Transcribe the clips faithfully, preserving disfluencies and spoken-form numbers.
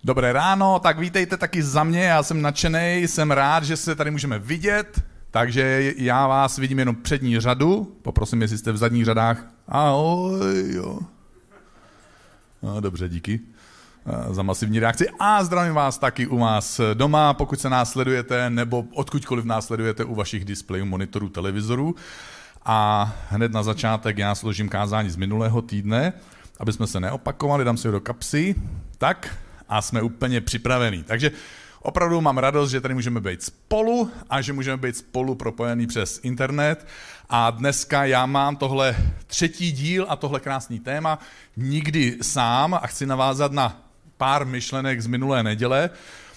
Dobré ráno, tak vítejte taky za mě, já jsem nadšenej, jsem rád, že se tady můžeme vidět, takže já vás vidím jenom přední řadu, poprosím, jestli jste v zadních řadách. Ahoj, jo. No, dobře, díky za masivní reakci a zdravím vás taky u vás doma, pokud se nás sledujete, nebo odkudkoliv nás sledujete u vašich displejů, monitorů, televizorů. A hned na začátek já složím kázání z minulého týdne, aby jsme se neopakovali, dám si ho do kapsy, tak a jsme úplně připravení. Takže opravdu mám radost, že tady můžeme být spolu a že můžeme být spolu propojení přes internet. A dneska já mám tohle třetí díl a tohle krásný téma Nikdy sám a chci navázat na pár myšlenek z minulé neděle,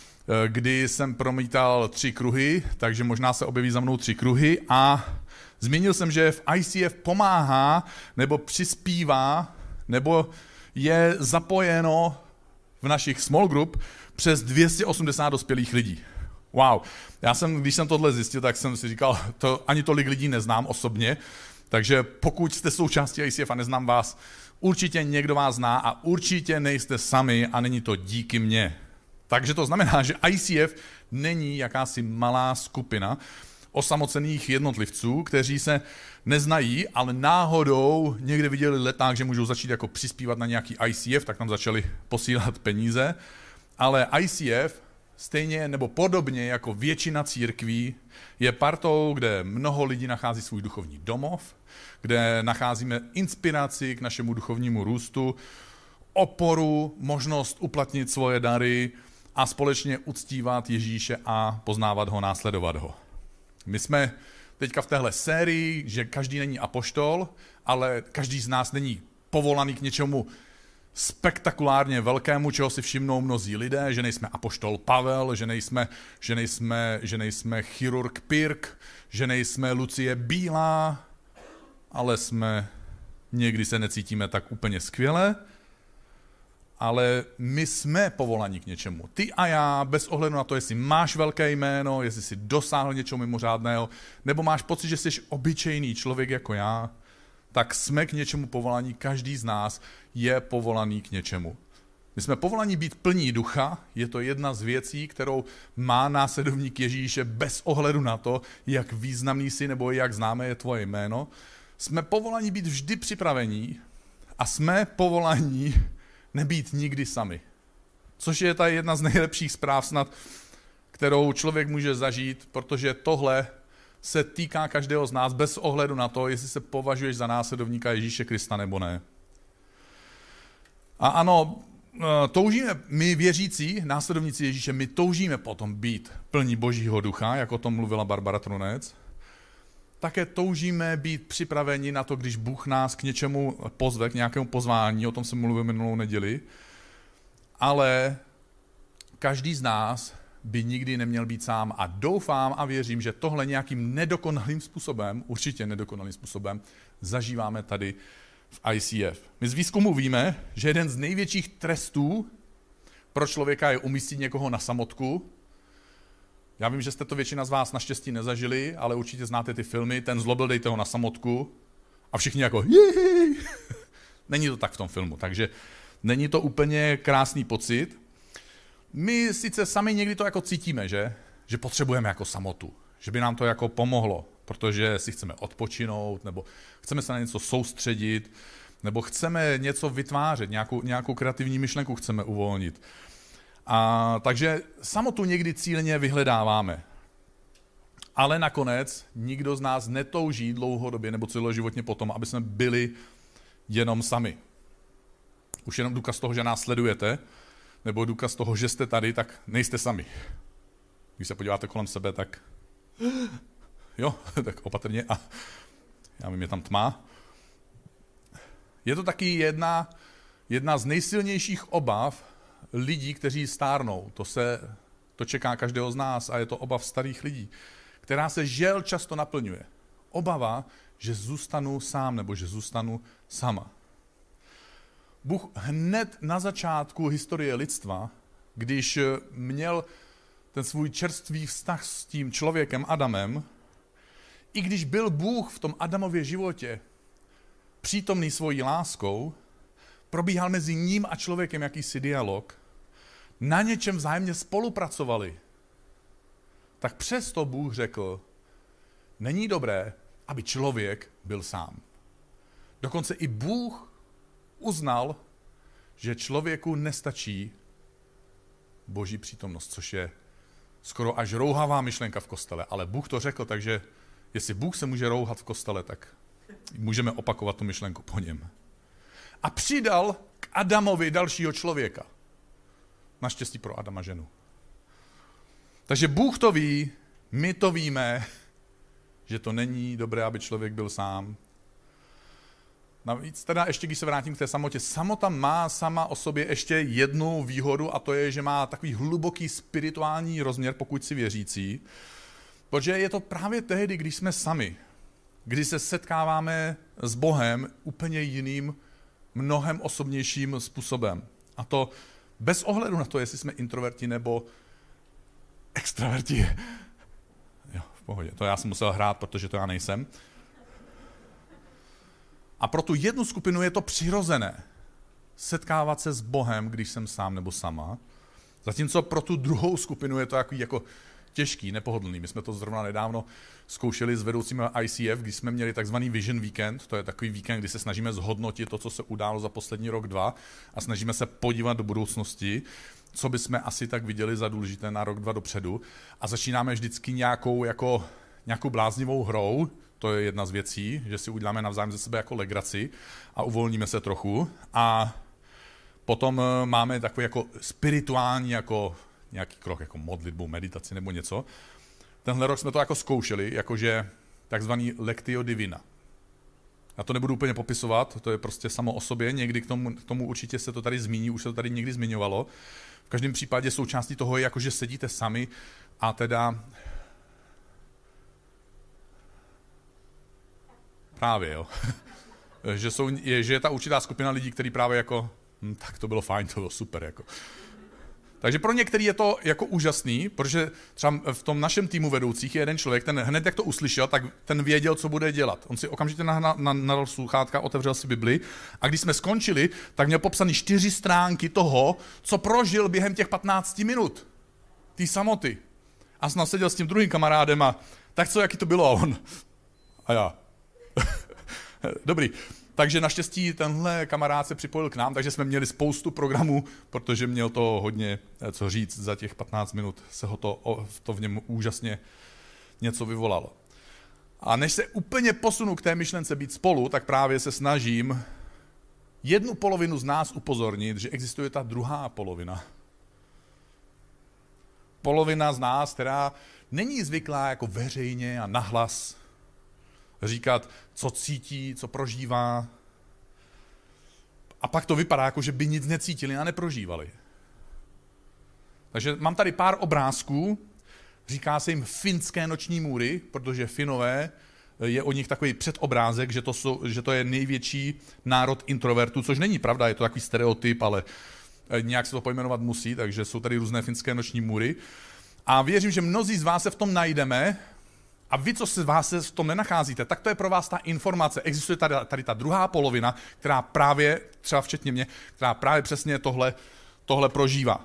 kdy jsem promítal tři kruhy, takže možná se objeví za mnou tři kruhy a zmínil jsem, že v I C F pomáhá nebo přispívá nebo je zapojeno v našich small group přes dvě stě osmdesát dospělých lidí. Wow. Já jsem, když jsem tohle zjistil, tak jsem si říkal, to ani tolik lidí neznám osobně, takže pokud jste součástí I C F a neznám vás, určitě někdo vás zná a určitě nejste sami a není to díky mně. Takže to znamená, že I C F není jakási malá skupina osamocených jednotlivců, kteří se neznají, ale náhodou někde viděli leták, že můžou začít jako přispívat na nějaký I C F, tak tam začali posílat peníze. Ale I C F, stejně nebo podobně jako většina církví, je partou, kde mnoho lidí nachází svůj duchovní domov, kde nacházíme inspiraci k našemu duchovnímu růstu, oporu, možnost uplatnit svoje dary a společně uctívat Ježíše a poznávat ho, následovat ho. My jsme teďka v téhle sérii, že každý není apoštol, ale každý z nás není povolaný k něčemu spektakulárně velkému, čeho si všimnou mnozí lidé, že nejsme apoštol Pavel, že nejsme, že nejsme, že nejsme chirurg Pirk, že nejsme Lucie Bílá, ale jsme, někdy se necítíme tak úplně skvěle, ale my jsme povolaní k něčemu. Ty a já, bez ohledu na to, jestli máš velké jméno, jestli jsi dosáhl něčeho mimořádného, nebo máš pocit, že jsi obyčejný člověk jako já, tak jsme k něčemu povolaní, každý z nás je povolaný k něčemu. My jsme povolaní být plní ducha, je to jedna z věcí, kterou má následovník Ježíše bez ohledu na to, jak významný jsi nebo jak známé je tvoje jméno. Jsme povolaní být vždy připravení a jsme povolaní nebýt nikdy sami. Což je ta jedna z nejlepších zpráv snad, kterou člověk může zažít, protože tohle se týká každého z nás bez ohledu na to, jestli se považuješ za následovníka Ježíše Krista nebo ne. A ano, toužíme, my věřící, následovníci Ježíše, my toužíme potom být plní Božího ducha, jak o tom mluvila Barbara Trunec. Také toužíme být připraveni na to, když Bůh nás k něčemu pozve, k nějakému pozvání, o tom jsem mluvil minulou neděli, ale každý z nás by nikdy neměl být sám a doufám a věřím, že tohle nějakým nedokonalým způsobem, určitě nedokonalým způsobem, zažíváme tady v I C F. My z výzkumu víme, že jeden z největších trestů pro člověka je umístit někoho na samotku. Já vím, že jste to většina z vás naštěstí nezažili, ale určitě znáte ty filmy, ten zlobil, dejte ho na samotku a všichni jako jej. Není to tak v tom filmu, takže není to úplně krásný pocit. My sice sami někdy to jako cítíme, že? Že potřebujeme jako samotu, že by nám to jako pomohlo, protože si chceme odpočinout, nebo chceme se na něco soustředit, nebo chceme něco vytvářet, nějakou, nějakou kreativní myšlenku chceme uvolnit. A takže samotu někdy cíleně vyhledáváme. Ale nakonec nikdo z nás netouží dlouhodobě nebo celoživotně potom, aby jsme byli jenom sami. Už jenom důkaz toho, že nás sledujete, nebo důkaz toho, že jste tady, tak nejste sami. Když se podíváte kolem sebe, tak jo, tak opatrně a já vím, je tam tma. Je to taky jedna, jedna z nejsilnějších obav lidí, kteří stárnou. To se, to čeká každého z nás a je to obav starých lidí, která se žel často naplňuje. Obava, že zůstanu sám nebo že zůstanu sama. Bůh hned na začátku historie lidstva, když měl ten svůj čerstvý vztah s tím člověkem Adamem, i když byl Bůh v tom Adamově životě přítomný svojí láskou, probíhal mezi ním a člověkem jakýsi dialog, na něčem vzájemně spolupracovali, tak přesto Bůh řekl, není dobré, aby člověk byl sám. Dokonce i Bůh uznal, že člověku nestačí Boží přítomnost, což je skoro až rouhavá myšlenka v kostele. Ale Bůh to řekl, takže jestli Bůh se může rouhat v kostele, tak můžeme opakovat tu myšlenku po něm. A přidal k Adamovi dalšího člověka. Naštěstí pro Adama ženu. Takže Bůh to ví, my to víme, že to není dobré, aby člověk byl sám. Navíc teda ještě, když se vrátím k té samotě, samota má sama o sobě ještě jednu výhodu a to je, že má takový hluboký spirituální rozměr, pokud si věřící, protože je to právě tehdy, když jsme sami, když se setkáváme s Bohem úplně jiným, mnohem osobnějším způsobem. A to bez ohledu na to, jestli jsme introverti nebo extraverti. Jo, v pohodě. To já jsem musel hrát, protože to já nejsem. A pro tu jednu skupinu je to přirozené. Setkávat se s Bohem, když jsem sám nebo sama. Zatímco pro tu druhou skupinu je to jako, jako těžký, nepohodlný. My jsme to zrovna nedávno zkoušeli s vedoucími I C F, když jsme měli takzvaný Vision Weekend. To je takový víkend, kdy se snažíme zhodnotit to, co se událo za poslední rok, dva a snažíme se podívat do budoucnosti, co bychom asi tak viděli za důležité na rok, dva dopředu. A začínáme vždycky nějakou, jako, nějakou bláznivou hrou. To je jedna z věcí, že si uděláme navzájem ze sebe jako legraci a uvolníme se trochu. A potom máme takový jako spirituální jako nějaký krok, jako modlitbu, meditaci nebo něco. Tenhle rok jsme to jako zkoušeli, jakože takzvaný lectio divina. Já to nebudu úplně popisovat, to je prostě samo o sobě, někdy k tomu, k tomu určitě se to tady zmíní, už se to tady někdy zmiňovalo. V každém případě součástí toho je jako, že sedíte sami a teda právě, jo. že, jsou, je, že je ta určitá skupina lidí, kteří právě jako, hm, tak to bylo fajn, to bylo super, jako. Takže pro některý je to jako úžasný, protože třeba v tom našem týmu vedoucích je jeden člověk, ten hned jak to uslyšel, tak ten věděl, co bude dělat. On si okamžitě nadal na, na, sluchátka, otevřel si Bibli a když jsme skončili, tak měl popsaný čtyři stránky toho, co prožil během těch patnácti minut. Té samoty. A snad seděl s tím druhým kamarádem a tak co, jaký to bylo? A on. A já. Dobrý. Takže naštěstí tenhle kamarád se připojil k nám, takže jsme měli spoustu programů, protože měl to hodně co říct za těch patnáct minut, se ho to, to v něm úžasně něco vyvolalo. A než se úplně posunu k té myšlence být spolu, tak právě se snažím jednu polovinu z nás upozornit, že existuje ta druhá polovina. Polovina z nás, která není zvyklá jako veřejně a nahlas říkat, co cítí, co prožívá. A pak to vypadá, jako že by nic necítili a neprožívali. Takže mám tady pár obrázků. Říká se jim finské noční můry, protože Finové, je o nich takový předobrázek, že to, jsou, že to je největší národ introvertů, což není pravda, je to takový stereotyp, ale nějak se to pojmenovat musí, takže jsou tady různé finské noční můry. A věřím, že mnozí z vás se v tom najdeme. A vy, co se vás se v tom nenacházíte, tak to je pro vás ta informace. Existuje tady, tady ta druhá polovina, která právě, třeba včetně mě, která právě přesně tohle, tohle prožívá.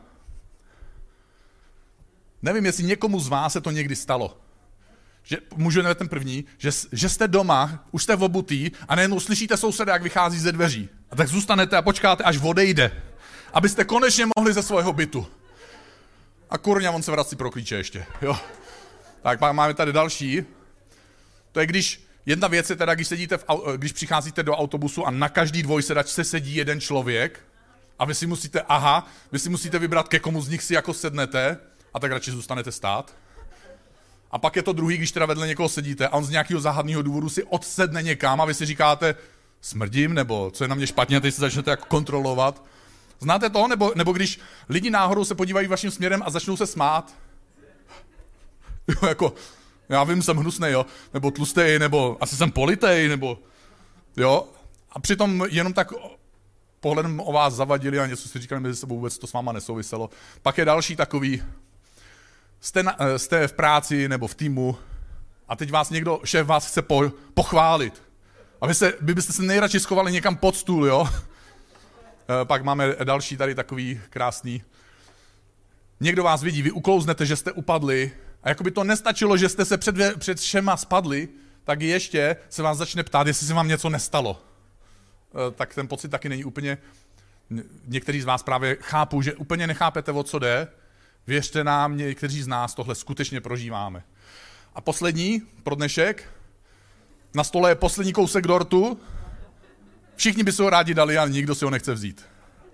Nevím, jestli někomu z vás se to někdy stalo. Že, můžu jen ten první, že, že jste doma, už jste v obutý a najednou slyšíte souseda, jak vychází ze dveří. A tak zůstanete a počkáte, až odejde. Abyste konečně mohli ze svého bytu. A kurňa, on se vrací pro klíče ještě. Jo. Tak máme tady další. To je když, jedna věc je teda, když, sedíte v, když přicházíte do autobusu a na každý dvojsedačce sedí jeden člověk a vy si musíte, aha, vy si musíte vybrat, ke komu z nich si jako sednete a tak radši zůstanete stát. A pak je to druhý, když teda vedle někoho sedíte a on z nějakého záhadného důvodu si odsedne někam a vy si říkáte, smrdím, nebo co je na mě špatně, teď se začnete jako kontrolovat. Znáte to? Nebo, nebo když lidi náhodou se podívají vaším směrem a začnou se smát. Jo, jako, já vím, jsem hnusnej, jo, nebo tlustej, nebo asi jsem politej, nebo, jo, a přitom jenom tak pohledem o vás zavadili a něco si říkali mezi sebou, vůbec to s váma nesouviselo. Pak je další takový, jste, na, jste v práci nebo v týmu a teď vás někdo, šéf vás chce po, pochválit. A vy, se, vy byste se nejradši schovali někam pod stůl, jo. Pak máme další tady takový krásný, Někdo vás vidí, vy uklouznete, že jste upadli a jako by to nestačilo, že jste se před, před všema spadli, tak ještě se vás začne ptát, jestli se vám něco nestalo. E, tak ten pocit taky není úplně... Někteří z vás právě chápou, že úplně nechápete, o co jde. Věřte nám, někteří z nás tohle skutečně prožíváme. A poslední pro dnešek. Na stole je poslední kousek dortu. Všichni by si ho rádi dali, ale nikdo si ho nechce vzít.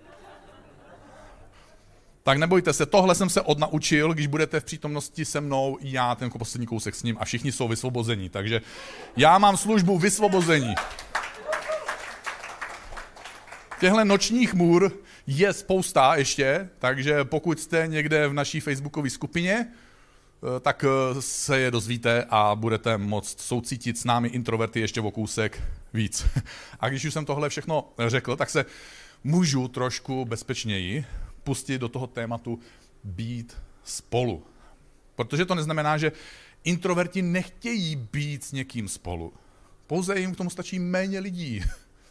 Tak nebojte se, tohle jsem se odnaučil, když budete v přítomnosti se mnou, i já ten poslední kousek s ním a všichni jsou vysvobození. Takže já mám službu vysvobození. Těchto nočních můr je spousta ještě, takže pokud jste někde v naší facebookové skupině, tak se je dozvíte a budete moct soucítit s námi introverty ještě o kousek víc. A když už jsem tohle všechno řekl, tak se můžu trošku bezpečněji pustit do toho tématu být spolu. Protože to neznamená, že introverti nechtějí být s někým spolu. Pouze jim k tomu stačí méně lidí.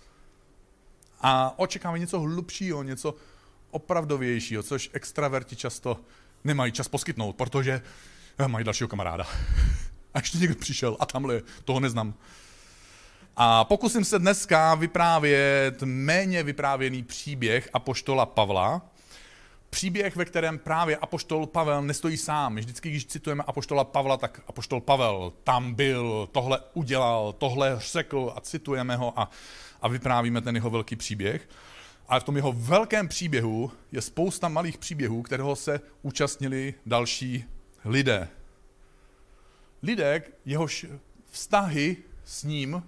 A očekávají něco hlubšího, něco opravdovějšího, což extraverti často nemají čas poskytnout, protože mají dalšího kamaráda. A ještě někdo přišel a tamhle toho neznám. A pokusím se dneska vyprávět méně vyprávěný příběh apoštola Pavla. Příběh, ve kterém právě apoštol Pavel nestojí sám. Vždycky, když citujeme apoštola Pavla, tak apoštol Pavel tam byl, tohle udělal, tohle řekl a citujeme ho a, a vyprávíme ten jeho velký příběh. Ale v tom jeho velkém příběhu je spousta malých příběhů, kterého se účastnili další lidé. Lidé, jehož vztahy s ním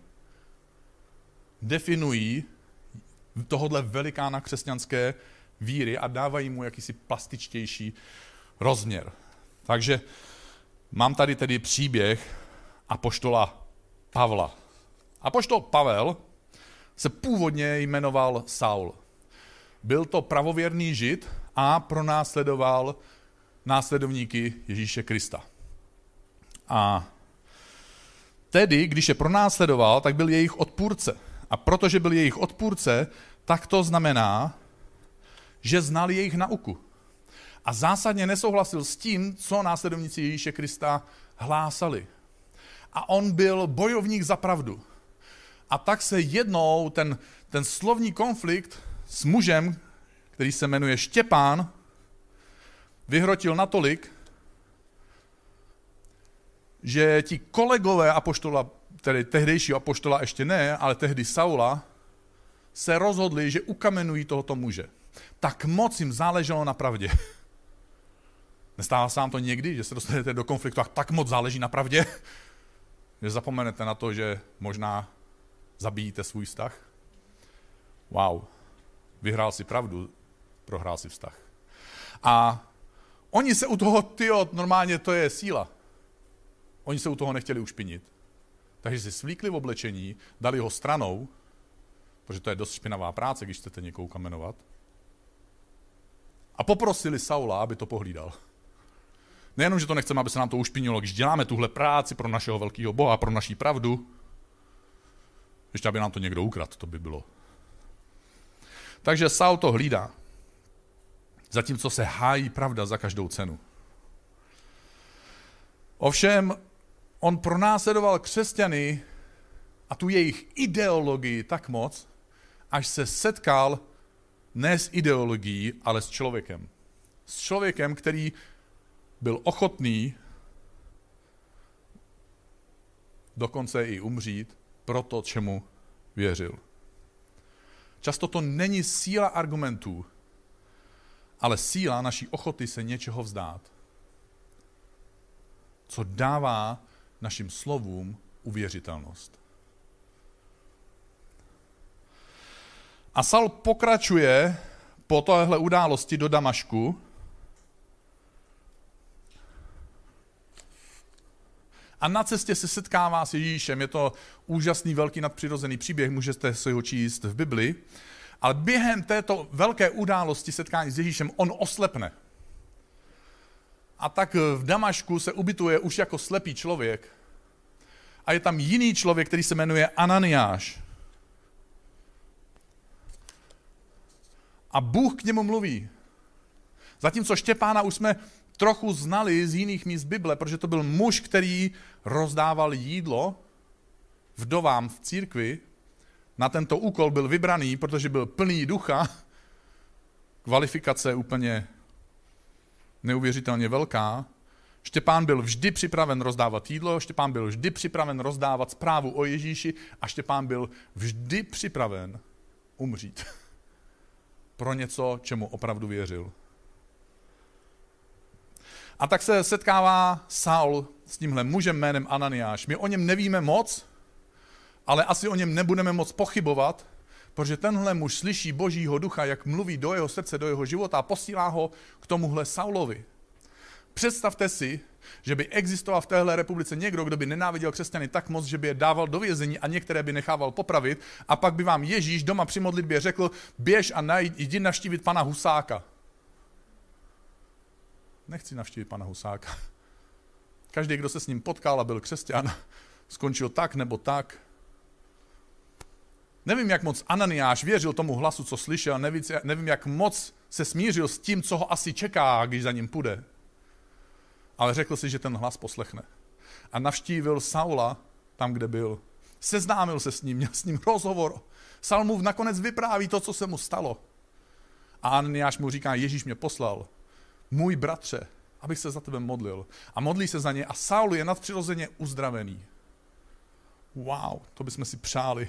definují tohodle velikána křesťanské víry a dávají mu jakýsi plastičtější rozměr. Takže mám tady tedy příběh apoštola Pavla. Apoštol Pavel se původně jmenoval Saul. Byl to pravověrný žid a pronásledoval následovníky Ježíše Krista. A tedy, když je pronásledoval, tak byl jejich odpůrce. A protože byl jejich odpůrce, tak to znamená, že znal jejich nauku. A zásadně nesouhlasil s tím, co následovníci Ježíše Krista hlásali. A on byl bojovník za pravdu. A tak se jednou ten, ten slovní konflikt s mužem, který se jmenuje Štěpán, vyhrotil natolik, že ti kolegové apoštola, tedy tehdejšího apoštola ještě ne, ale tehdy Saula, se rozhodli, že ukamenují tohoto muže. Tak moc jim záleželo na pravdě. Nestává se vám to někdy, že se dostanete do konfliktu a tak moc záleží na pravdě, že zapomenete na to, že možná zabijíte svůj vztah? Wow. Vyhrál si pravdu, prohrál si vztah. A oni se u toho, tyjo, normálně to je síla. Oni se u toho nechtěli ušpinit. Takže si svlíkli v oblečení, dali ho stranou, protože to je dost špinavá práce, když chcete někoho kamenovat. A poprosili Saula, aby to pohlídal. Nejenom, že to nechceme, aby se nám to ušpinilo, když děláme tuhle práci pro našeho velkého Boha, pro naší pravdu, ještě aby nám to někdo ukradl, to by bylo. Takže Saul to hlídá. Zatímco se hájí pravda za každou cenu. Ovšem, on pronásledoval křesťany a tu jejich ideologii tak moc, až se setkal ne s ideologií, ale s člověkem. S člověkem, který byl ochotný dokonce i umřít pro to, čemu věřil. Často to není síla argumentů, ale síla naší ochoty se něčeho vzdát, co dává našim slovům uvěřitelnost. A Saul pokračuje po téhle události do Damašku a na cestě se setkává s Ježíšem. Je to úžasný, velký nadpřirozený příběh, můžete si ho číst v Bibli. Ale během této velké události setkání s Ježíšem on oslepne. A tak v Damašku se ubytuje už jako slepý člověk. A je tam jiný člověk, který se jmenuje Ananiáš. A Bůh k němu mluví. Zatímco Štěpána už jsme trochu znali z jiných míst Bible, protože to byl muž, který rozdával jídlo vdovám v církvi. Na tento úkol byl vybraný, protože byl plný ducha. Kvalifikace úplně neuvěřitelně velká. Štěpán byl vždy připraven rozdávat jídlo, Štěpán byl vždy připraven rozdávat zprávu o Ježíši a Štěpán byl vždy připraven umřít pro něco, čemu opravdu věřil. A tak se setkává Saul s tímhle mužem jménem Ananiáš. My o něm nevíme moc, ale asi o něm nebudeme moc pochybovat, protože tenhle muž slyší Božího ducha, jak mluví do jeho srdce, do jeho života a posílá ho k tomuhle Saulovi. Představte si, že by existoval v téhle republice někdo, kdo by nenáviděl křesťany tak moc, že by je dával do vězení a některé by nechával popravit a pak by vám Ježíš doma při modlitbě řekl, běž a najď, jdi navštívit pana Husáka. Nechci navštívit pana Husáka. Každý, kdo se s ním potkal a byl křesťan, skončil tak nebo tak. Nevím, jak moc Ananiáš věřil tomu hlasu, co slyšel, nevím, jak moc se smířil s tím, co ho asi čeká, když za ním půjde. Ale řekl si, že ten hlas poslechne. A navštívil Saula tam, kde byl. Seznámil se s ním, měl s ním rozhovor. Saul mu nakonec vypráví to, co se mu stalo. A Ananiáš mu říká, Ježíš mě poslal, můj bratře, abych se za tebe modlil. A modlí se za ně a Saul je nadpřirozeně uzdravený. Wow, to bychom si přáli.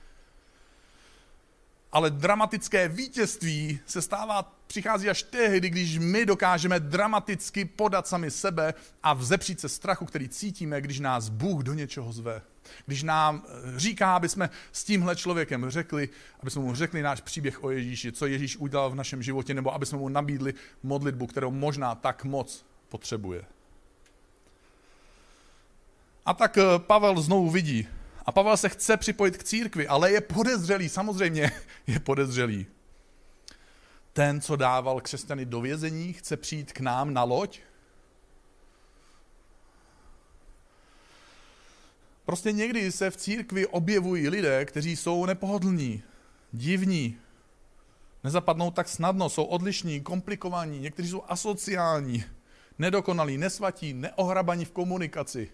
Ale dramatické vítězství se stává, přichází až tehdy, když my dokážeme dramaticky podat sami sebe a vzepřít se strachu, který cítíme, když nás Bůh do něčeho zve. Když nám říká, aby jsme s tímhle člověkem řekli, aby jsme mu řekli náš příběh o Ježíši, co Ježíš udělal v našem životě, nebo aby jsme mu nabídli modlitbu, kterou možná tak moc potřebuje. A tak Pavel znovu vidí. A Pavel se chce připojit k církvi, ale je podezřelý, samozřejmě je podezřelý. Ten, co dával křesťany do vězení, chce přijít k nám na loď? Prostě někdy se v církvi objevují lidé, kteří jsou nepohodlní, divní, nezapadnou tak snadno, jsou odlišní, komplikovaní, někteří jsou asociální, nedokonalí, nesvatí, neohrabaní v komunikaci.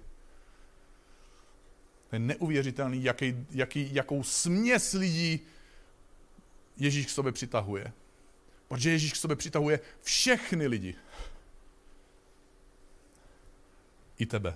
To je neuvěřitelný, jaký, jaký, jakou směs lidí Ježíš k sobě přitahuje. Protože Ježíš k sobě přitahuje všechny lidi. I tebe.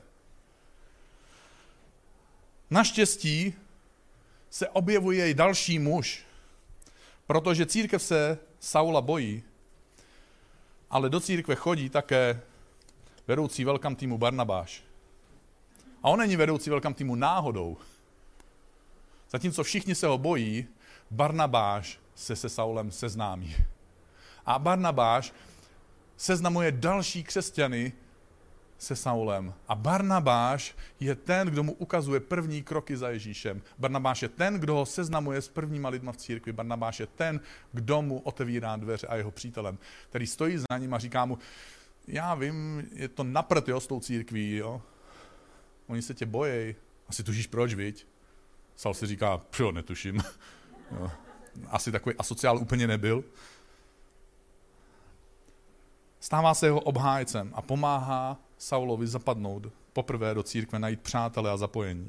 Naštěstí se objevuje i další muž, protože církev se Saula bojí, ale do církve chodí také vedoucí welcome týmu Barnabáš. A on není vedoucí welcome týmu náhodou. Zatímco všichni se ho bojí, Barnabáš se se Saulem seznámí. A Barnabáš seznamuje další křesťany se Saulem. A Barnabáš je ten, kdo mu ukazuje první kroky za Ježíšem. Barnabáš je ten, kdo ho seznamuje s prvníma lidma v církvi. Barnabáš je ten, kdo mu otevírá dveře a jeho přítelem, který stojí za ním a říká mu, já vím, je to naprt, jo, s tou církví, jo. Oni se tě bojí. Asi tušíš proč, viď? Saul si říká, jo, netuším. Jo. Asi takový asociál úplně nebyl. Stává se jeho obhájcem a pomáhá Saulovi zapadnout poprvé do církve, najít přátele a zapojení.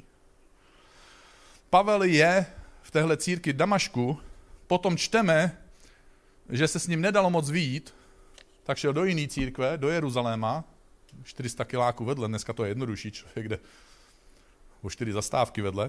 Pavel je v téhle církvi Damašku, potom čteme, že se s ním nedalo moc vyjít, tak šel do jiné církve, do Jeruzaléma, čtyři sta kiláků vedle, dneska to je jednodušší, člověk jde o čtyři zastávky vedle.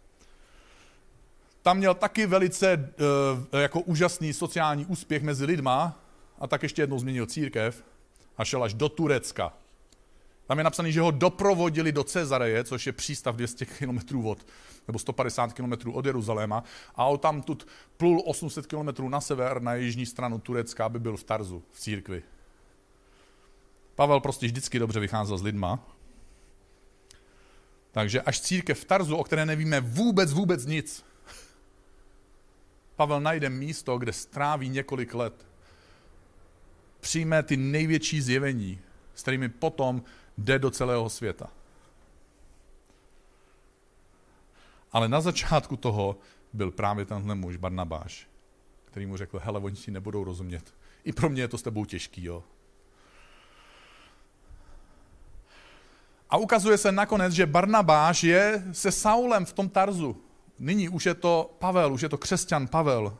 Tam měl taky velice uh, jako úžasný sociální úspěch mezi lidma a tak ještě jednou změnil církev a šel až do Turecka. Tam je napsaný, že ho doprovodili do Cezareje, což je přístav dvě stě kilometrů od, nebo sto padesát kilometrů od Jeruzaléma, a on tam tud plul osm set kilometrů na sever, na jižní stranu Turecka, aby byl v Tarzu, v církvi. Pavel prostě vždycky dobře vycházel s lidma. Takže až církev v Tarzu, o které nevíme vůbec, vůbec nic, Pavel najde místo, kde stráví několik let. Přijme ty největší zjevení, s kterými potom jde do celého světa. Ale na začátku toho byl právě tenhle muž Barnabáš, který mu řekl, hele, oni ti nebudou rozumět. I pro mě je to s tebou těžký, jo. A ukazuje se nakonec, že Barnabáš je se Saulem v tom Tarzu. Nyní už je to Pavel, už je to křesťan Pavel.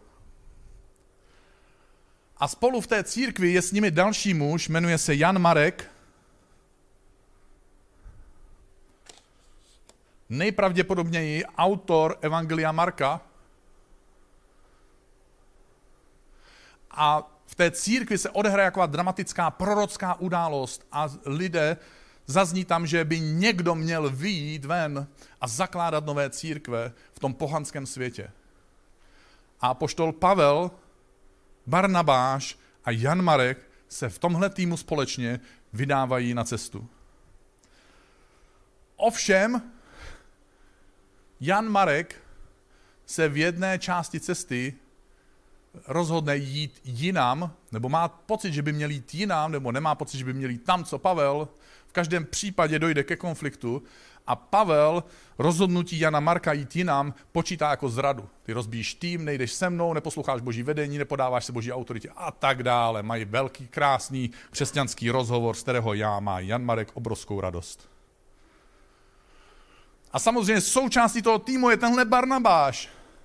A spolu v té církvi je s nimi další muž, jmenuje se Jan Marek. Nejpravděpodobněji autor Evangelia Marka. A v té církvi se odehraje taková dramatická prorocká událost a lidé, zazní tam, že by někdo měl vyjít ven a zakládat nové církve v tom pohanském světě. A apoštol Pavel, Barnabáš a Jan Marek se v tomhle týmu společně vydávají na cestu. Ovšem, Jan Marek se v jedné části cesty rozhodne jít jinam, nebo má pocit, že by měl jít jinam, nebo nemá pocit, že by měl jít tam, co Pavel. V každém případě dojde ke konfliktu a Pavel rozhodnutí Jana Marka jít jinam počítá jako zradu. Ty rozbíjíš tým, nejdeš se mnou, neposloucháš boží vedení, nepodáváš se boží autoritě a tak dále. Mají velký, krásný křesťanský rozhovor, z kterého já má Jan Marek obrovskou radost. A samozřejmě součástí toho týmu je tenhle Barnabáš.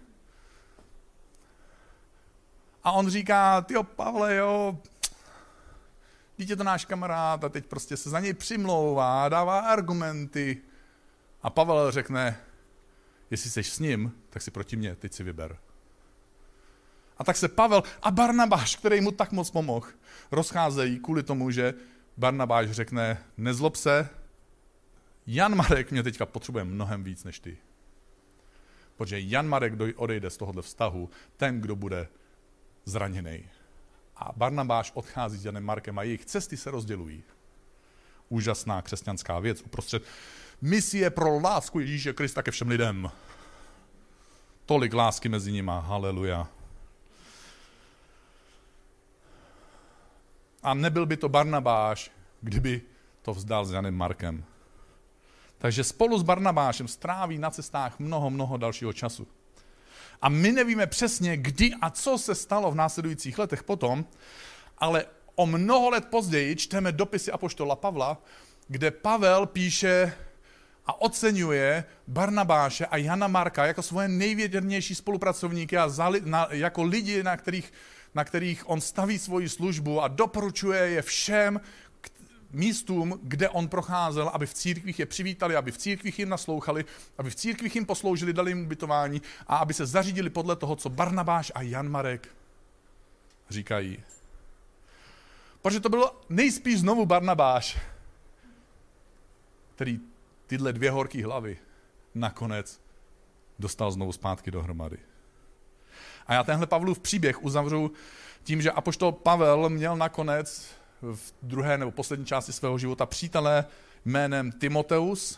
A on říká, tyjo Pavle, jo, teď je to náš kamarád a teď prostě se za něj přimlouvá, dává argumenty. A Pavel řekne, jestli jsi s ním, tak si proti mně, teď si vyber. A tak se Pavel a Barnabáš, který mu tak moc pomohl, rozcházejí kvůli tomu, že Barnabáš řekne, nezlob se, Jan Marek mě teďka potřebuje mnohem víc než ty. Protože Jan Marek odejde z tohohle vztahu, ten, kdo bude zraněný. A Barnabáš odchází s Janem Markem a jejich cesty se rozdělují. Úžasná křesťanská věc uprostřed misie pro lásku Ježíše Krista ke všem lidem. Tolik lásky mezi nima, haleluja. A nebyl by to Barnabáš, kdyby to vzdal s Janem Markem. Takže spolu s Barnabášem stráví na cestách mnoho, mnoho dalšího času. A my nevíme přesně, kdy a co se stalo v následujících letech potom, ale o mnoho let později čteme dopisy apoštola Pavla, kde Pavel píše a oceňuje Barnabáše a Jana Marka jako svoje nejvěrnější spolupracovníky a za, na, jako lidi, na kterých, na kterých on staví svoji službu a doporučuje je všem k místům, kde on procházel, aby v církvích je přivítali, aby v církvích jim naslouchali, aby v církvích jim posloužili, dali jim ubytování a aby se zařídili podle toho, co Barnabáš a Jan Marek říkají. Protože to bylo nejspíš znovu Barnabáš, který tyhle dvě horký hlavy nakonec dostal znovu zpátky dohromady. A já tenhle Pavlův příběh uzavřu tím, že apoštol Pavel měl nakonec v druhé nebo poslední části svého života přítele jménem Timoteus,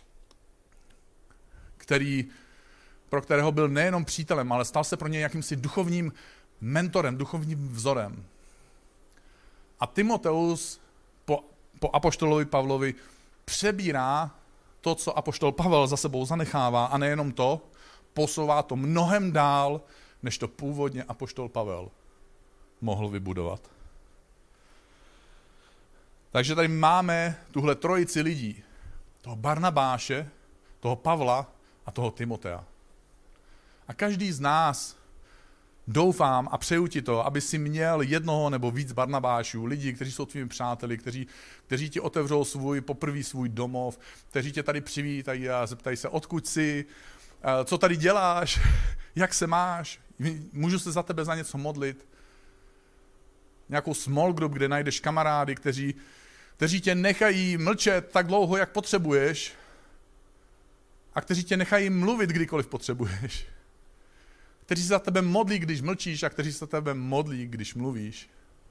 který, pro kterého byl nejenom přítelem, ale stal se pro něj jakýmsi duchovním mentorem, duchovním vzorem. A Timoteus po, po apoštolovi Pavlovi přebírá to, co apoštol Pavel za sebou zanechává a nejenom to, posouvá to mnohem dál, než to původně apoštol Pavel mohl vybudovat. Takže tady máme tuhle trojici lidí. Toho Barnabáše, toho Pavla a toho Timotea. A každý z nás, doufám a přeju ti to, aby si měl jednoho nebo víc Barnabášů, lidí, kteří jsou tvými přáteli, kteří, kteří ti otevřou svůj poprvé svůj domov, kteří tě tady přivítají a zeptají se, odkud jsi, co tady děláš, jak se máš, můžu se za tebe za něco modlit. Nějakou small group, kde najdeš kamarády, kteří, kteří tě nechají mlčet tak dlouho, jak potřebuješ a kteří tě nechají mluvit, kdykoliv potřebuješ. Kteří se za tebe modlí, když mlčíš a kteří se za tebe modlí, když mluvíš.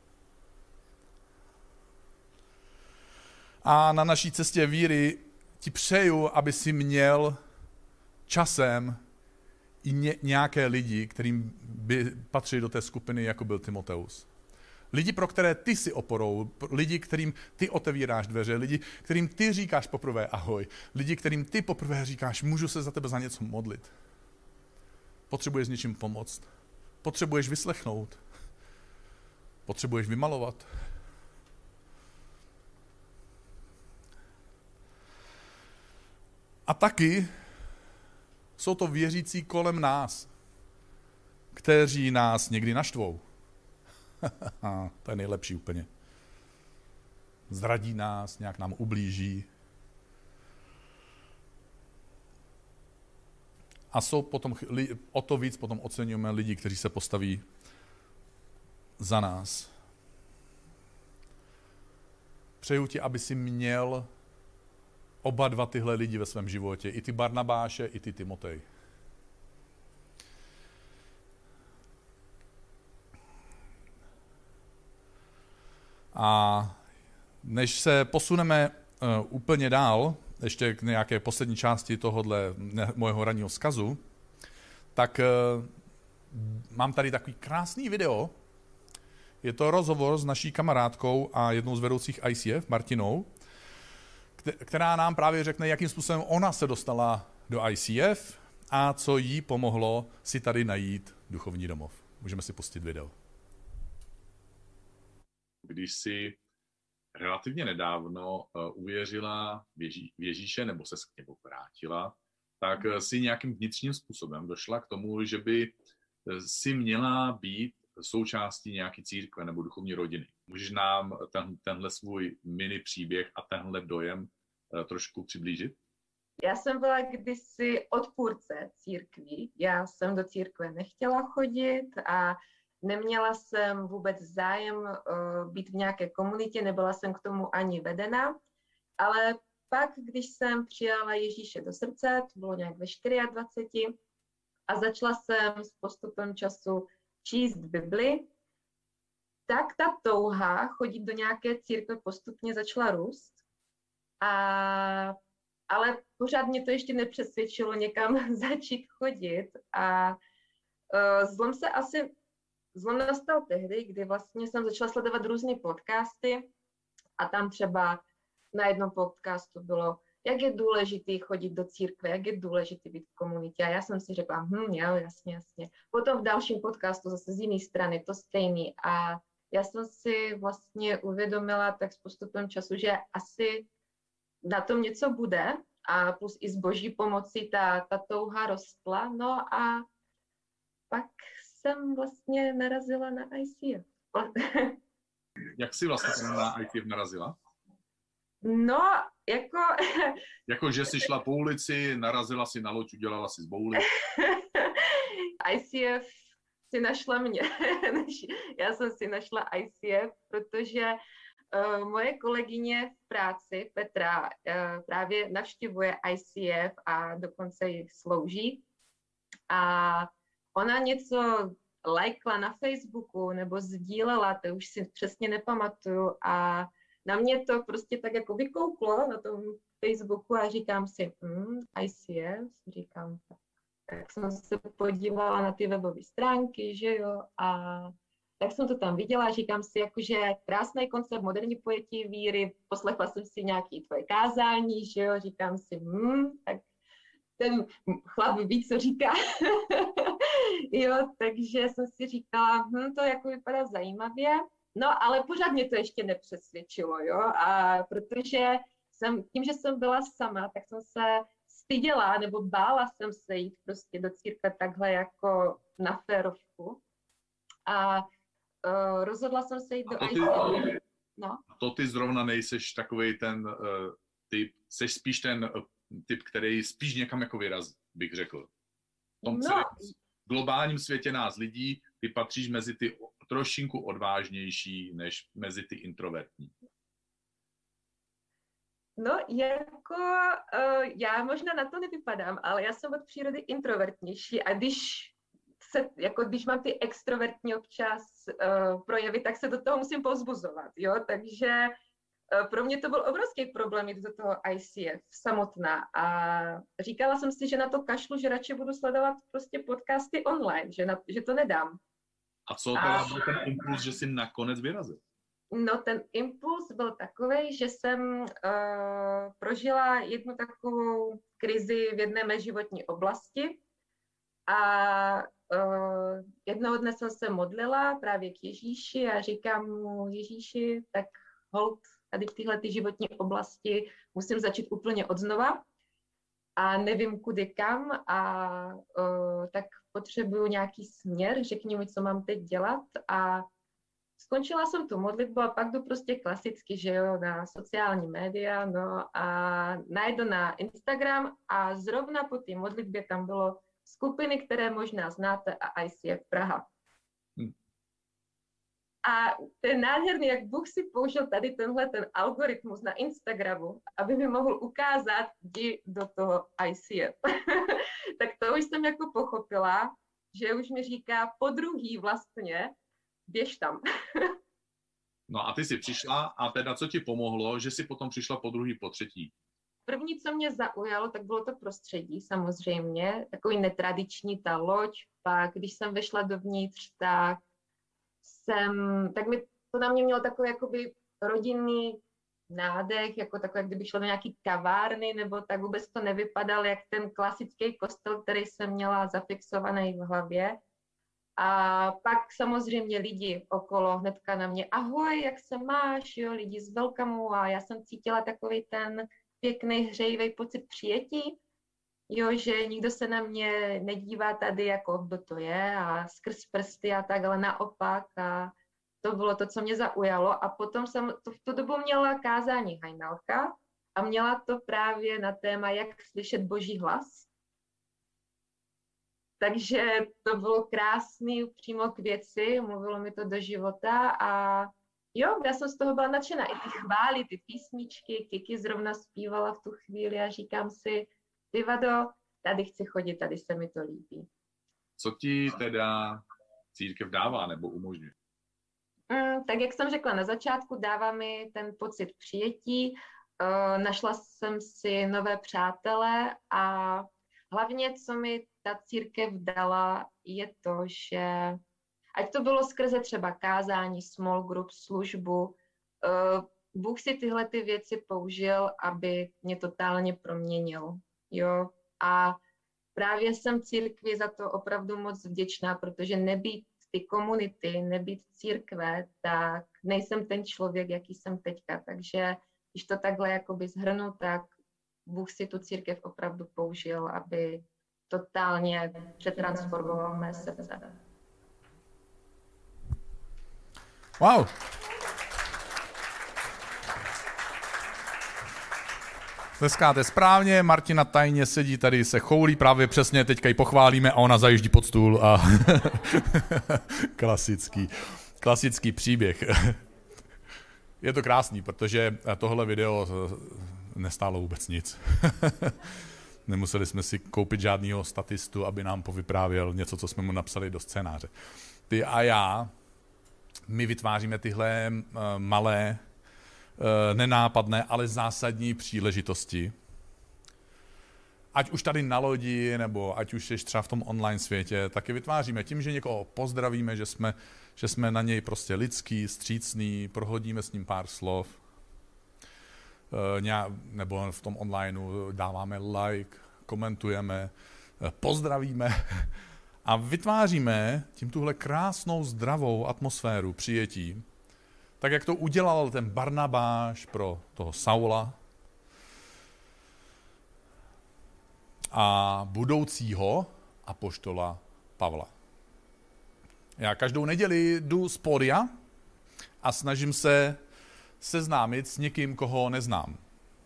A na naší cestě víry ti přeju, aby si měl časem i ně, nějaké lidi, kterým by patřili do té skupiny, jako byl Timoteus. Lidi, pro které ty jsi oporou, lidi, kterým ty otevíráš dveře, lidi, kterým ty říkáš poprvé ahoj, lidi, kterým ty poprvé říkáš, můžu se za tebe za něco modlit. Potřebuješ s něčím pomoct. potřebuješ vyslechnout. Potřebuješ vymalovat. A taky jsou to věřící kolem nás, kteří nás někdy naštvou. To je nejlepší úplně. Zradí nás, nějak nám ublíží. A jsou potom, o to víc potom oceňujeme lidi, kteří se postaví za nás. Přeju ti, aby si měl oba dva tyhle lidi ve svém životě. I ty Barnabáše, i ty Timotej. A než se posuneme uh, úplně dál, ještě k nějaké poslední části tohohle mojeho ranního vzkazu, tak uh, mám tady takový krásný video. Je to rozhovor s naší kamarádkou a jednou z vedoucích I C F, Martinou, která nám právě řekne, jakým způsobem ona se dostala do I C F a co jí pomohlo si tady najít duchovní domov. Můžeme si pustit video. Když si relativně nedávno uh, uvěřila v, Ježí, v Ježíše nebo se k němu vrátila, tak uh, si nějakým vnitřním způsobem došla k tomu, že by uh, si měla být součástí nějaké církve nebo duchovní rodiny. Můžeš nám ten, tenhle svůj mini příběh a tenhle dojem uh, trošku přiblížit? Já jsem byla kdysi odpůrce církví. Já jsem do církve nechtěla chodit a neměla jsem vůbec zájem uh, být v nějaké komunitě, nebyla jsem k tomu ani vedena, ale pak, když jsem přijala Ježíše do srdce, to bylo nějak ve dvaceti čtyřech, a začala jsem s postupem času číst Bibli, tak ta touha chodit do nějaké církve postupně začala růst, a, ale pořád mě to ještě nepřesvědčilo někam začít chodit a uh, zlom se asi Zlom nastal tehdy, kdy vlastně jsem začala sledovat různé podcasty a tam třeba na jednom podcastu bylo, jak je důležitý chodit do církve, jak je důležitý být v komunitě. A já jsem si řekla, hm, jo, jasně, jasně. Potom v dalším podcastu zase z jiné strany to stejný. A já jsem si vlastně uvědomila tak s postupem času, že asi na tom něco bude a plus i s boží pomocí ta, ta touha rostla. No a pak jsem vlastně narazila na I C F. Jak jsi vlastně na I C F narazila? No, jako... jako, že jsi šla po ulici, narazila si na loď, udělala si z bouly. I C F si našla mě. Já jsem si našla I C F, protože uh, moje kolegyně v práci, Petra, uh, právě navštěvuje I C F a dokonce ji slouží. A ona něco lajkla na Facebooku nebo sdílela, to už si přesně nepamatuju, a na mě to prostě tak jako vykouklo na tom Facebooku a říkám si, hm, I C F, říkám, tak, tak jsem se podívala na ty webové stránky, že jo, a tak jsem to tam viděla a říkám si, jakože krásný koncept, moderní pojetí víry, poslechla jsem si nějaké tvoje kázání, že jo, říkám si, hm, tak ten chlap ví, co říká. Jo, takže jsem si říkala, hm, to jako vypadá zajímavě, no ale pořád mě to ještě nepřesvědčilo, jo, a protože jsem, tím, že jsem byla sama, tak jsem se styděla, nebo bála jsem se jít prostě do církve takhle jako na férovku a uh, rozhodla jsem se jít do I C F. No. To ty zrovna nejseš takovej ten uh, typ, seš spíš ten uh, typ, který spíš někam jako vyrazí, bych řekl. V tom no. globálním světě nás lidí, ty patříš mezi ty trošinku odvážnější, než mezi ty introvertní. No, jako uh, já možná na to nevypadám, ale já jsem od přírody introvertnější a když se, jako když mám ty extrovertní občas uh, projevy, tak se do toho musím povzbuzovat, jo, takže uh, pro mě to byl obrovský problém jít do toho I C F samotná a říkala jsem si, že na to kašlu, že radši budu sledovat prostě podcasty online, že, na, že to nedám. A co teda byl ten impuls, že jsi nakonec vyrazil? No, ten impuls byl takovej, že jsem uh, prožila jednu takovou krizi v jedné mé životní oblasti a uh, jednoho dne jsem se modlila právě k Ježíši a říkám mu, Ježíši, tak hold tady v téhle životní oblasti musím začít úplně odznova a nevím kudy kam a uh, tak potřebuju nějaký směr, řekni mi, co mám teď dělat a skončila jsem tu modlitbu a pak jdu prostě klasicky, že jo, na sociální média, no a najdu na Instagram a zrovna po té modlitbě tam bylo skupiny, které možná znáte a I C F Praha. Hmm. A to je nádherný, jak Bůh si použil tady tenhle ten algoritmus na Instagramu, aby mi mohl ukázat, jdi do toho I C F. Tak to už jsem jako pochopila, že už mi říká po druhý vlastně, běž tam. No a ty jsi přišla a teda co ti pomohlo, že jsi potom přišla po druhý, po třetí? První, co mě zaujalo, tak bylo to prostředí samozřejmě, takový netradiční ta loď, pak když jsem vešla dovnitř, tak jsem, tak mi to na mě mělo takový jakoby rodinný nádech, jako takové, kdyby šlo do nějaký kavárny, nebo tak vůbec to nevypadalo jak ten klasický kostel, který jsem měla zafixovaný v hlavě. A pak samozřejmě lidi okolo hnedka na mě, ahoj, jak se máš, jo, lidi z welcomeu a já jsem cítila takový ten pěkný, hřejivý pocit přijetí, jo, že nikdo se na mě nedívá tady, jako kdo to je a skrz prsty a tak, ale naopak a to bylo to, co mě zaujalo a potom jsem to v tu dobu měla kázání Hajnalka a měla to právě na téma, jak slyšet Boží hlas. Takže to bylo krásný, přímo k věci, mluvilo mi to do života a jo, já jsem z toho byla nadšená. I ty chvály, ty písničky, Kiki zrovna zpívala v tu chvíli a říkám si, ty Vado, tady chci chodit, tady se mi to líbí. Co ti teda církev dává nebo umožňuje? Mm, tak jak jsem řekla na začátku, dává mi ten pocit přijetí. Uh, našla jsem si nové přátele a hlavně, co mi ta církev dala, je to, že ať to bylo skrze třeba kázání, small group, službu, Bůh si tyhle ty věci použil, aby mě totálně proměnil. Jo? A právě jsem církvi za to opravdu moc vděčná, protože nebýt ty komunity, nebýt církve, tak nejsem ten člověk, jaký jsem teďka. Takže když to takhle jakoby shrnu, tak Bůh si tu církev opravdu použil, aby totálně přetransformoval mé srdce. Wow. Tleskáte správně, Martina tajně sedí tady, se choulí právě přesně, teďka ji pochválíme a ona zajíždí pod stůl a klasický, klasický příběh. Je to krásný, protože tohle video nestálo vůbec nic. Nemuseli jsme si koupit žádného statistu, aby nám povyprávěl něco, co jsme mu napsali do scénáře. Ty a já, my vytváříme tyhle uh, malé, uh, nenápadné, ale zásadní příležitosti. Ať už tady na lodi, nebo ať už jsi třeba v tom online světě, tak je vytváříme tím, že někoho pozdravíme, že jsme, že jsme na něj prostě lidský, střícný, prohodíme s ním pár slov. Nebo v tom onlineu dáváme like, komentujeme, pozdravíme a vytváříme tím tuhle krásnou, zdravou atmosféru přijetí, tak jak to udělal ten Barnabáš pro toho Saula a budoucího apoštola Pavla. Já každou neděli jdu z pódia a snažím se seznámit s někým, koho neznám.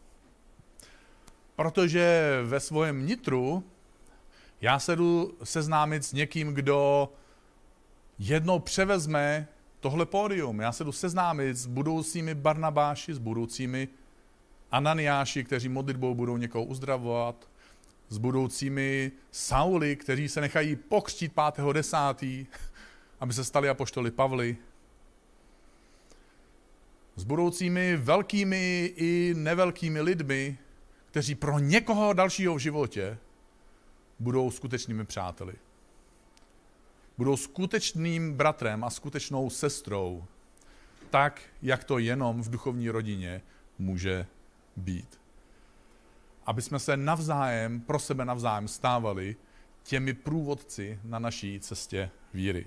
Protože ve svém nitru já se jdu seznámit s někým, kdo jednou převezme tohle pódium. Já se jdu seznámit s budoucími Barnabáši, s budoucími Ananiáši, kteří modlitbou budou někoho uzdravovat, s budoucími Sauly, kteří se nechají pokřtít pátého desátého aby se stali apoštoly Pavly, s budoucími velkými i nevelkými lidmi, kteří pro někoho dalšího v životě budou skutečnými přáteli. Budou skutečným bratrem a skutečnou sestrou, tak, jak to jenom v duchovní rodině může být. Aby jsme se navzájem, pro sebe navzájem stávali těmi průvodci na naší cestě víry.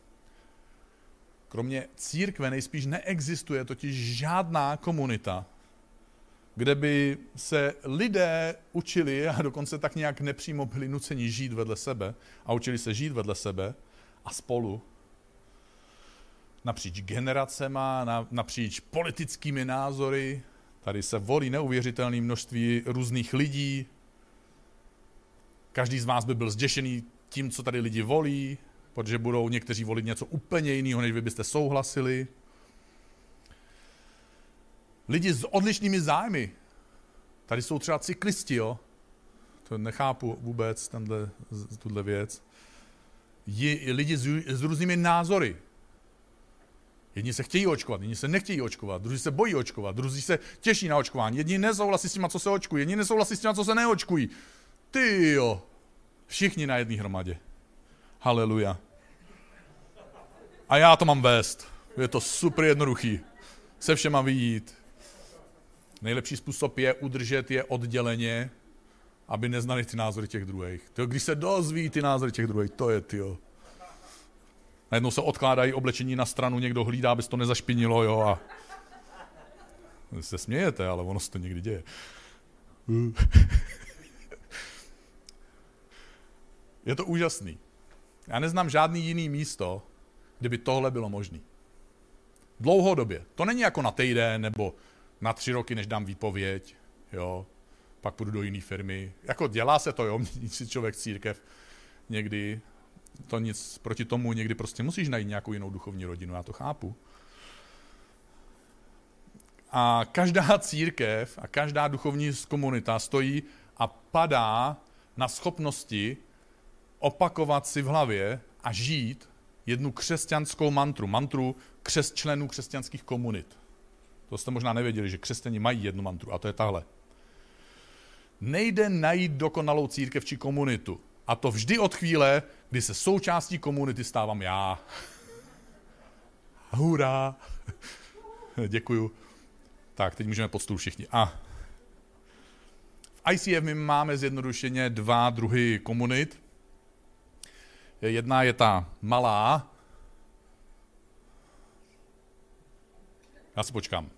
Kromě církve nejspíš neexistuje totiž žádná komunita, kde by se lidé učili a dokonce tak nějak nepřímo byli nuceni žít vedle sebe a učili se žít vedle sebe a spolu napříč generacema, napříč politickými názory. Tady se volí neuvěřitelné množství různých lidí. Každý z vás by byl zděšený tím, co tady lidi volí, protože budou někteří volit něco úplně jiného, než vy byste souhlasili. Lidi s odlišnými zájmy. Tady jsou třeba cyklisti, jo. To nechápu vůbec, tenhle, tuhle věc. Je, lidi s, s různými názory. Jedni se chtějí očkovat, jedni se nechtějí očkovat, druzí se bojí očkovat, druzí se těší na očkování, jedni nesouhlasí s těma, co se očkují, jedni nesouhlasí s těma, co se neočkují. Ty jo, všichni na jedné hromadě. Haleluja. A já to mám vést. Je to super jednoduchý. Se všema vyjít. Nejlepší způsob je udržet je odděleně, aby neznali ty názory těch druhých. Tyjo, když se dozví ty názory těch druhých, to je tyjo. Najednou se odkládají oblečení na stranu, někdo hlídá, aby se to nezašpinilo, jo, a vy se smějete, ale ono se to někdy děje. Je to úžasný. Já neznám žádný jiný místo, kde by tohle bylo možné. Dlouhodobě. To není jako na týden nebo na tři roky, než dám výpověď, jo, pak půjdu do jiné firmy. Jako dělá se to, jo, mění si člověk církev někdy, to nic proti tomu, někdy prostě musíš najít nějakou jinou duchovní rodinu, já to chápu. A každá církev a každá duchovní komunita stojí a padá na schopnosti opakovat si v hlavě a žít jednu křesťanskou mantru, mantru křes členů křesťanských komunit. To jste možná nevěděli, že křesťani mají jednu mantru, a to je tahle. Nejde najít dokonalou církev či komunitu. A to vždy od chvíle, kdy se součástí komunity stávám já. Hurá. Děkuju. Tak, teď můžeme pod stůl všichni. A v I C F my máme zjednodušeně dva druhy komunit. Jedna je ta malá. Já si počkám.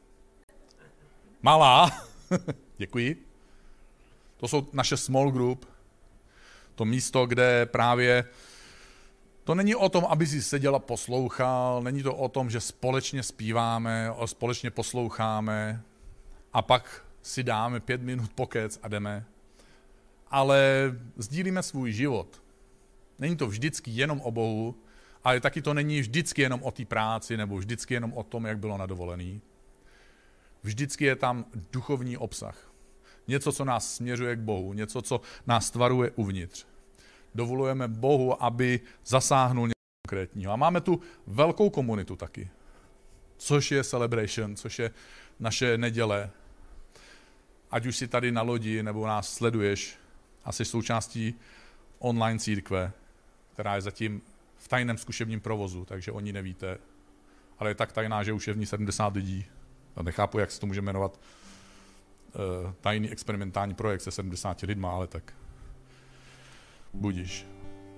Malá. Děkuji. To jsou naše small group. To místo, kde právě to není o tom, aby si seděl a poslouchal, není to o tom, že společně zpíváme, společně posloucháme a pak si dáme pět minut pokec a jdeme. Ale sdílíme svůj život. Není to vždycky jenom o Bohu, ale taky to není vždycky jenom o té práci nebo vždycky jenom o tom, jak bylo na dovolený. Vždycky je tam duchovní obsah. Něco, co nás směřuje k Bohu, něco, co nás tvaruje uvnitř. Dovolujeme Bohu, aby zasáhnul něco konkrétního. A máme tu velkou komunitu taky, což je Celebration, což je naše neděle. Ať už si tady na lodi, nebo nás sleduješ a jsi součástí online církve, která je zatím v tajném zkušebním provozu, takže o ní nevíte. Ale je tak tajná, že už je v ní sedmdesát lidí. Já nechápu, jak se to může jmenovat uh, tajný experimentální projekt se sedmdesáti lidma, ale tak budiš.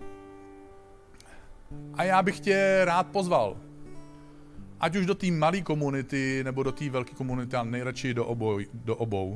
A já bych tě rád pozval. Ať už do té malé komunity, nebo do té velké komunity, ale nejradši do obou, do obou.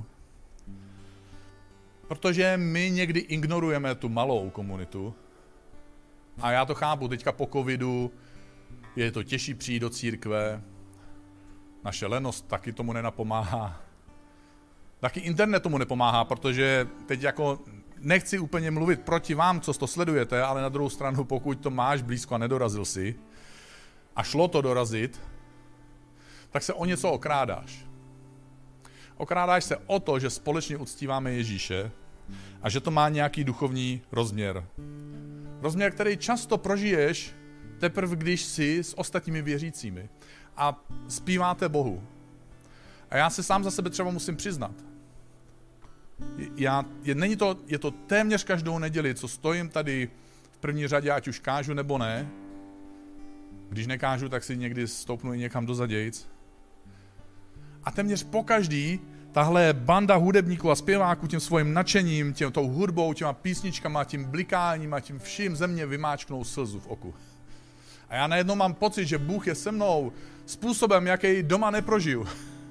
Protože my někdy ignorujeme tu malou komunitu. A já to chápu, teďka po covidu je to těžší přijít do církve. Naše lenost taky tomu nenapomáhá. Taky internet tomu nepomáhá, protože teď jako nechci úplně mluvit proti vám, co to sledujete, ale na druhou stranu, pokud to máš blízko a nedorazil si a šlo to dorazit, tak se o něco okrádáš. Okrádáš se o to, že společně uctíváme Ježíše a že to má nějaký duchovní rozměr. Rozměr, který často prožiješ teprve, když jsi s ostatními věřícími a zpíváte Bohu. A já se sám za sebe třeba musím přiznat. Já, je, není to, je to téměř každou neděli, co stojím tady v první řadě, ať už kážu nebo ne. Když nekážu, tak si někdy stoupnu i někam do zadějc. A téměř pokaždý tahle banda hudebníků a zpěváků tím svým nadšením, tím tou hudbou, těma písničkama, tím blikáním a tím vším ze mě vymáčknou slzu v oku. A já najednou mám pocit, že Bůh je se mnou způsobem, jaký doma neprožiju.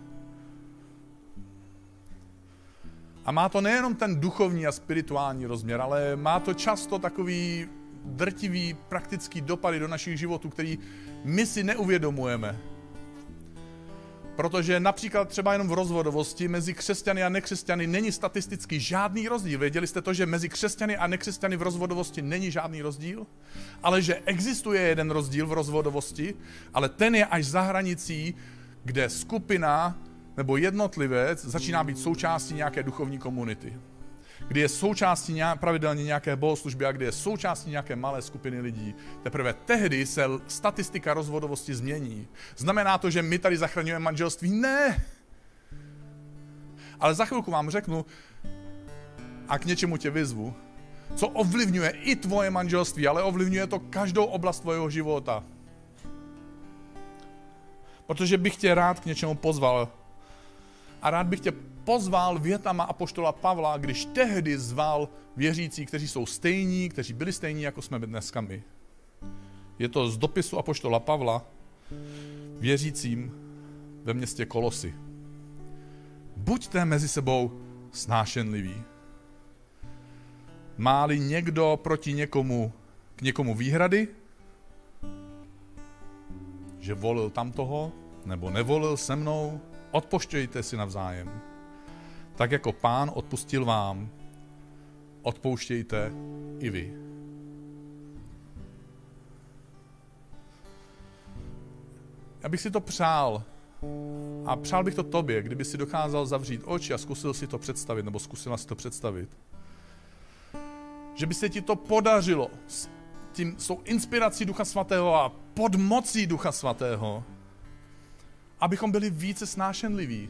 A má to nejenom ten duchovní a spirituální rozměr, ale má to často takový drtivý, praktický dopady do našich životů, který my si neuvědomujeme. Protože například třeba jenom v rozvodovosti mezi křesťany a nekřesťany není statisticky žádný rozdíl. Věděli jste to, že mezi křesťany a nekřesťany v rozvodovosti není žádný rozdíl? Ale že existuje jeden rozdíl v rozvodovosti, ale ten je až za hranicí, kde skupina nebo jednotlivec začíná být součástí nějaké duchovní komunity. Kdy je součástí nějak, pravidelně nějaké bohoslužby a kdy je součástí nějaké malé skupiny lidí. Teprve tehdy se statistika rozvodovosti změní. Znamená to, že my tady zachraňujeme manželství? Ne! Ale za chvilku vám řeknu a k něčemu tě vyzvu, co ovlivňuje i tvoje manželství, ale ovlivňuje to každou oblast tvojho života. Protože bych tě rád k něčemu pozval. A rád bych tě pozval větama apoštola Pavla, když tehdy zval věřící, kteří jsou stejní, kteří byli stejní, jako jsme dneska my. Je to z dopisu apoštola Pavla věřícím ve městě Kolosy. Buďte mezi sebou snášenliví. Má-li někdo proti někomu, k někomu výhrady, že volil tamtoho, nebo nevolil se mnou, odpouštějte si navzájem. Tak jako Pán odpustil vám, odpouštějte i vy. Já bych si to přál a přál bych to tobě, kdyby si dokázal zavřít oči a zkusil si to představit, nebo zkusila si to představit. Že by se ti to podařilo s, tím, s tou inspirací Ducha Svatého a pod mocí Ducha Svatého, abychom byli více snášenliví.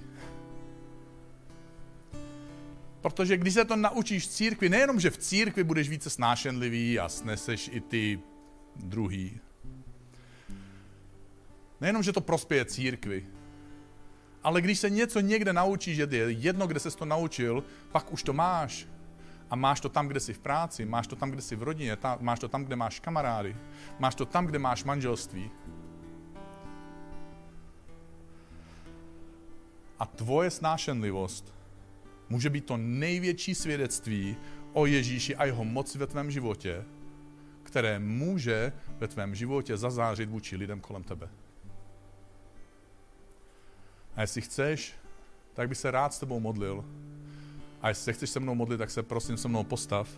Protože když se to naučíš v církvi, nejenom, že v církvi budeš více snášenlivý a sneseš i ty druhý. Nejenom, že to prospěje církvi, ale když se něco někde naučíš, že je jedno, kde ses to naučil, pak už to máš. A máš to tam, kde jsi v práci, máš to tam, kde jsi v rodině, tam, máš to tam, kde máš kamarády, máš to tam, kde máš manželství. A tvoje snášenlivost může být to největší svědectví o Ježíši a jeho moci ve tvém životě, které může ve tvém životě zazářit vůči lidem kolem tebe. A jestli chceš, tak bych se rád s tebou modlil. A jestli se chceš se mnou modlit, tak se prosím se mnou postav.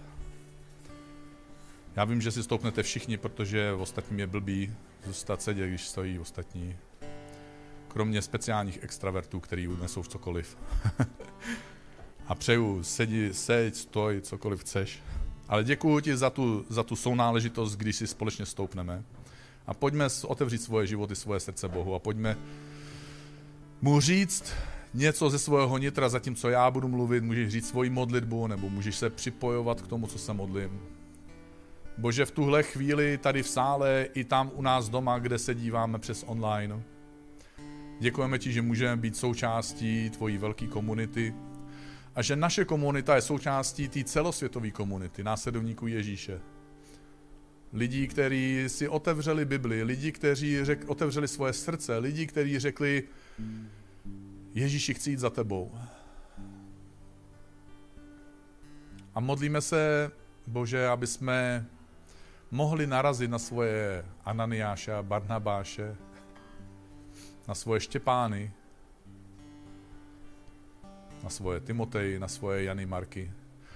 Já vím, že si stoupnete všichni, protože v ostatním je blbý zůstat sedět, když stojí ostatní. Kromě speciálních extravertů, který unesou cokoliv. A přeju, sedi, seď, stoj, cokoliv chceš. Ale děkuji ti za tu, za tu sounáležitost, když si společně stoupneme. A pojďme otevřít svoje životy, svoje srdce Bohu a pojďme mu říct něco ze svého nitra, zatímco já budu mluvit, můžeš říct svoji modlitbu, nebo můžeš se připojovat k tomu, co se modlím. Bože, v tuhle chvíli tady v sále i tam u nás doma, kde se díváme přes online. Děkujeme ti, že můžeme být součástí tvojí velké komunity a že naše komunita je součástí té celosvětové komunity, následovníků Ježíše. Lidí, kteří si otevřeli Bibli, lidi, kteří řek, otevřeli svoje srdce, lidi, kteří řekli, Ježíši, chci jít za tebou. A modlíme se, Bože, aby jsme mohli narazit na svoje Ananiáše a Barnabáše, na svoje Štěpány, na svoje Timotej, na svoje Jany Marky.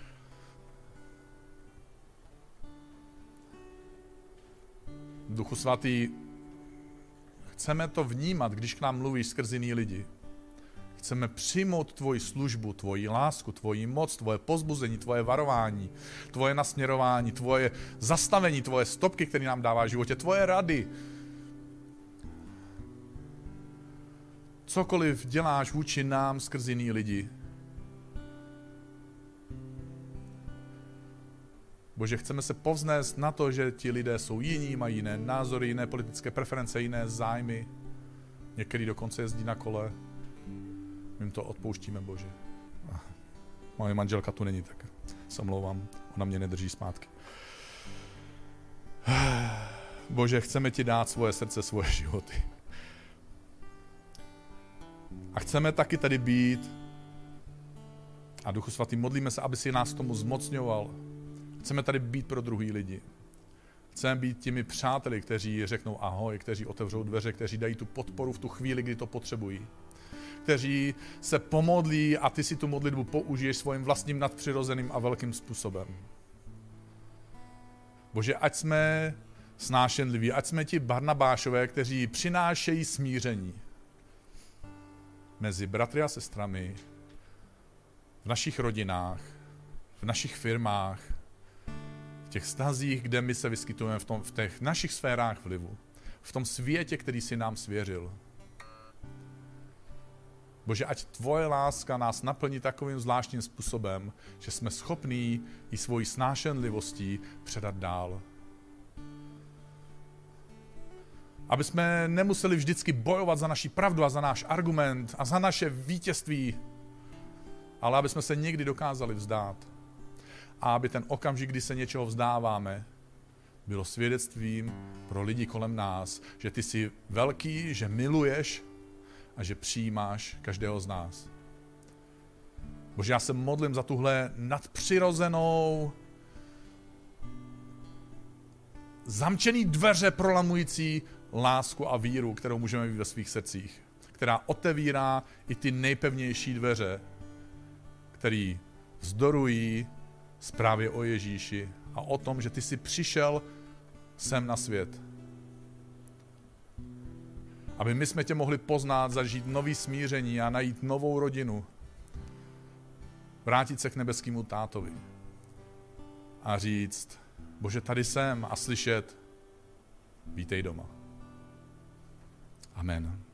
Duchu Svatý, chceme to vnímat, když k nám mluvíš skrz jiný lidi. Chceme přijmout tvoji službu, tvoji lásku, tvoji moc, tvoje pozbuzení, tvoje varování, tvoje nasměrování, tvoje zastavení, tvoje stopky, které nám dává v životě, tvoje rady. Cokoliv děláš vůči nám skrz jiný lidi. Bože, chceme se povznést na to, že ti lidé jsou jiní, mají jiné názory, jiné politické preference, jiné zájmy. Některý dokonce jezdí na kole. My jim to odpouštíme, Bože. Moje manželka tu není, tak se omlouvám, ona mě nedrží zpátky. Bože, chceme ti dát svoje srdce, svoje životy. A chceme taky tady být. A Duchu Svatý, modlíme se, aby si nás k tomu zmocňoval. Chceme tady být pro druhý lidi. Chceme být těmi přáteli, kteří řeknou ahoj, kteří otevřou dveře, kteří dají tu podporu v tu chvíli, kdy to potřebují. Kteří se pomodlí a ty si tu modlitbu použiješ svým vlastním nadpřirozeným a velkým způsobem. Bože, ať jsme snášenliví, ať jsme ti Barnabášové, kteří přinášejí smíření mezi bratry a sestrami, v našich rodinách, v našich firmách, v těch vztazích, kde my se vyskytujeme, v, tom, v těch našich sférách vlivu, v tom světě, který jsi nám svěřil. Bože, ať tvoje láska nás naplní takovým zvláštním způsobem, že jsme schopní i svojí snášenlivostí předat dál. Aby jsme nemuseli vždycky bojovat za naši pravdu a za náš argument a za naše vítězství, ale aby jsme se někdy dokázali vzdát. A aby ten okamžik, kdy se něčeho vzdáváme, bylo svědectvím pro lidi kolem nás, že ty jsi velký, že miluješ a že přijímáš každého z nás. Bože, já se modlím za tuhle nadpřirozenou, zamčený dveře prolamující lásku a víru, kterou můžeme mít ve svých srdcích, která otevírá i ty nejpevnější dveře, který vzdorují zprávě o Ježíši a o tom, že ty jsi přišel sem na svět. Aby my jsme tě mohli poznat, zažít nový smíření a najít novou rodinu. Vrátit se k nebeskému tátovi. A říct, Bože, tady jsem, a slyšet, vítej doma. Amen.